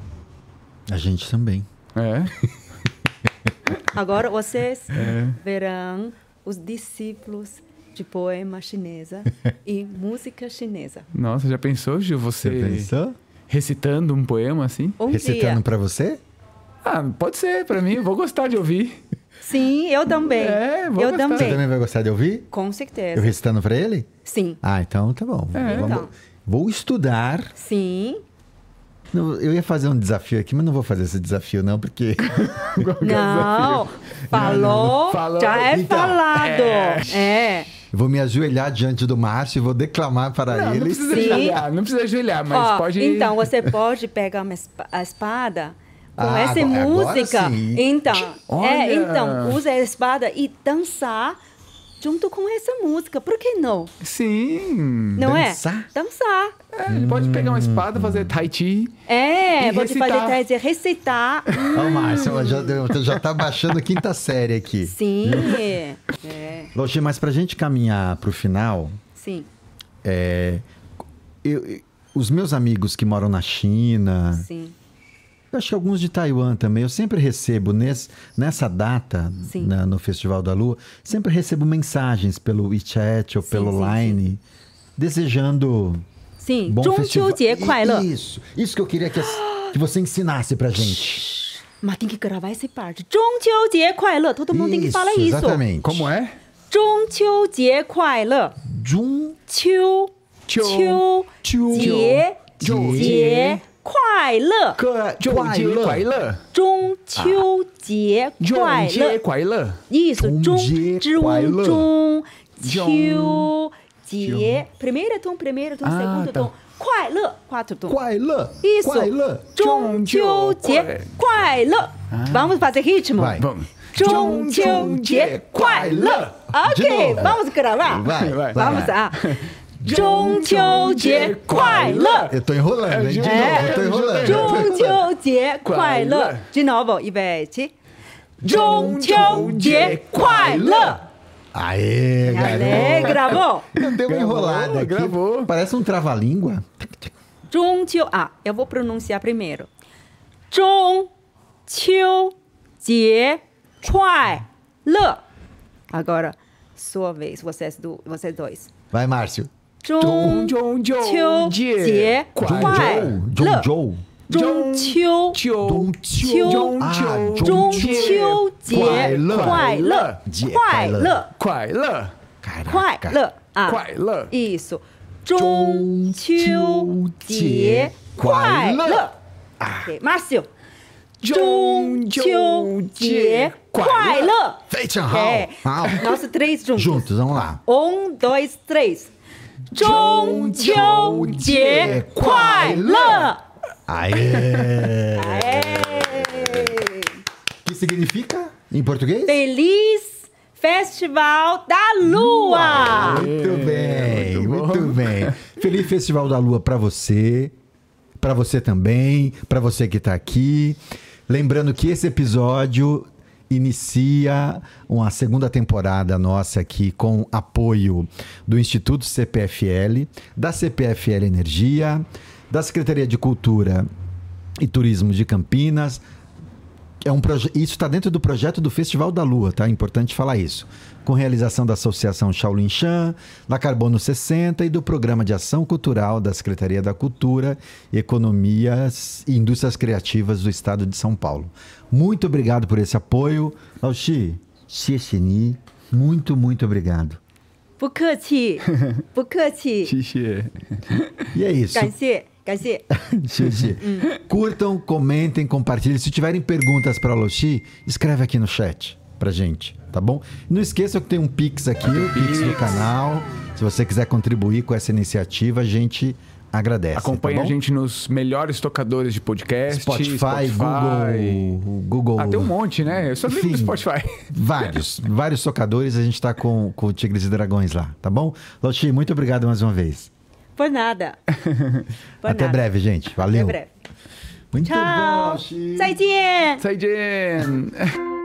A gente também. É. Agora, vocês é. verão os discípulos de poema chinesa e música chinesa. Nossa, já pensou, Gil? Você, Você pensou? Recitando um poema assim? Um Recitando para você? Ah, pode ser, para mim. Eu vou gostar de ouvir. Sim, eu também. É, vou eu gostar. também. Você também vai gostar de ouvir? Com certeza. Eu recitando para ele? Sim. Ah, então tá bom. É. Vamos, Então. Vou estudar. Sim. Não, eu ia fazer um desafio aqui, mas não vou fazer esse desafio, não, porque. Não, falou, Falou. já é Então, falado. é. É. Eu vou me ajoelhar diante do Márcio e vou declamar para Não, não ele. precisa Sim. ajoelhar, não precisa ajoelhar, mas Ó, pode... Então, você pode pegar uma espa- a espada com Ah, essa agora- música. agora sim. Então, Olha. é, então, usa a espada e dançar junto com essa música. Por que não? Sim. Não Dançar? é? Dançar. É, pode pegar uma espada, fazer tai chi. É, E pode recitar. fazer trazer, recitar. Ó, o Márcio, já, já tá baixando quinta série aqui. Sim. É, Loxi, mas pra gente caminhar pro final, sim. é, eu- eu- os meus amigos que moram na China, Sim. eu acho que alguns de Taiwan também, eu sempre recebo nesse, nessa data, Sim. na- no Festival da Lua, sempre recebo mensagens pelo WeChat ou Sim, pelo sim, Line, desejando Sim. bom festival. 中秋节快乐. Isso, isso que eu queria que, as- que você ensinasse pra gente. Mas tem que gravar essa parte. 中秋节快乐. Todo mundo tem que falar isso. Exatamente. Como é? 中秋节快乐. Jun 秋秋秋节节快乐。 中秋快乐， 中秋节快中秋乐。 快乐。 Isso, 中中快乐。 中秋节. Primeiro tom, primeiro tom, Ah, segundo tá. tom. 快乐, quatro tom. 快乐 Isso. 快乐中秋节快乐. Vamos fazer ritmo? Vai. Vamos. 中秋节快乐. De Ok, novo. vamos gravar? Vai, Vai. Vamos lá. 中秋节快乐. Eu tô enrolando, hein? De É. novo, eu tô enrolando. 中秋节快乐. De novo, Ivete. 中秋节快乐. Aê, Aê, garoto. gravou? Eu dei uma Gravou, enrolada aqui. gravou. Parece um trava-língua. 中秋, ah, eu vou pronunciar primeiro. 中秋节快乐. Agora, sua vez, vocês, do, vocês dois. Vai, Márcio. 中中秋秋节节快快乐。 Joe. 中秋秋秋中啊秋中秋节快乐快乐节快乐快乐快乐啊快乐 isso 中秋节快乐 ok Márcio 中秋节快乐非常好 é 好 nós três juntos Juntos, vamos lá. um dois três 中秋节快乐 Aê! Aê! Que significa em português? Feliz Festival da Lua! Muito bem, muito bom. muito bem. Feliz Festival da Lua para você, para você também, para você que está aqui. Lembrando que esse episódio inicia uma segunda temporada nossa aqui com apoio do Instituto C P F L, da C P F L Energia, da Secretaria de Cultura e Turismo de Campinas. É um proje- isso está dentro do projeto do Festival da Lua, tá? É importante falar isso. Com realização da Associação Shaolin Shan, da Carbono sessenta e do Programa de Ação Cultural da Secretaria da Cultura, Economias e Indústrias Criativas do Estado de São Paulo. Muito obrigado por esse apoio. Laoshi, Xiexini, muito, muito obrigado. 不客气，不客气， 谢谢 E é isso. 感谢，感谢。 Xixi. Curtam, comentem, compartilhem. Se tiverem perguntas para a Loxi, escreve aqui no chat pra gente, tá bom? Não esqueça que tem um Pix aqui, o Pix do canal. Se você quiser contribuir com essa iniciativa, a gente agradece. Acompanhe tá a bom? gente nos melhores tocadores de podcast. Spotify, Google, Google. Ah, tem um monte, né? Eu só lembro do Enfim, Spotify. Vários, vários tocadores. A gente está com, com o Tigres e Dragões lá, tá bom? Loxi, muito obrigado mais uma vez. Por nada. Por Até nada. breve, gente. Valeu. Até breve. Muito bom, Tchau. Loxi. 再见。 再见。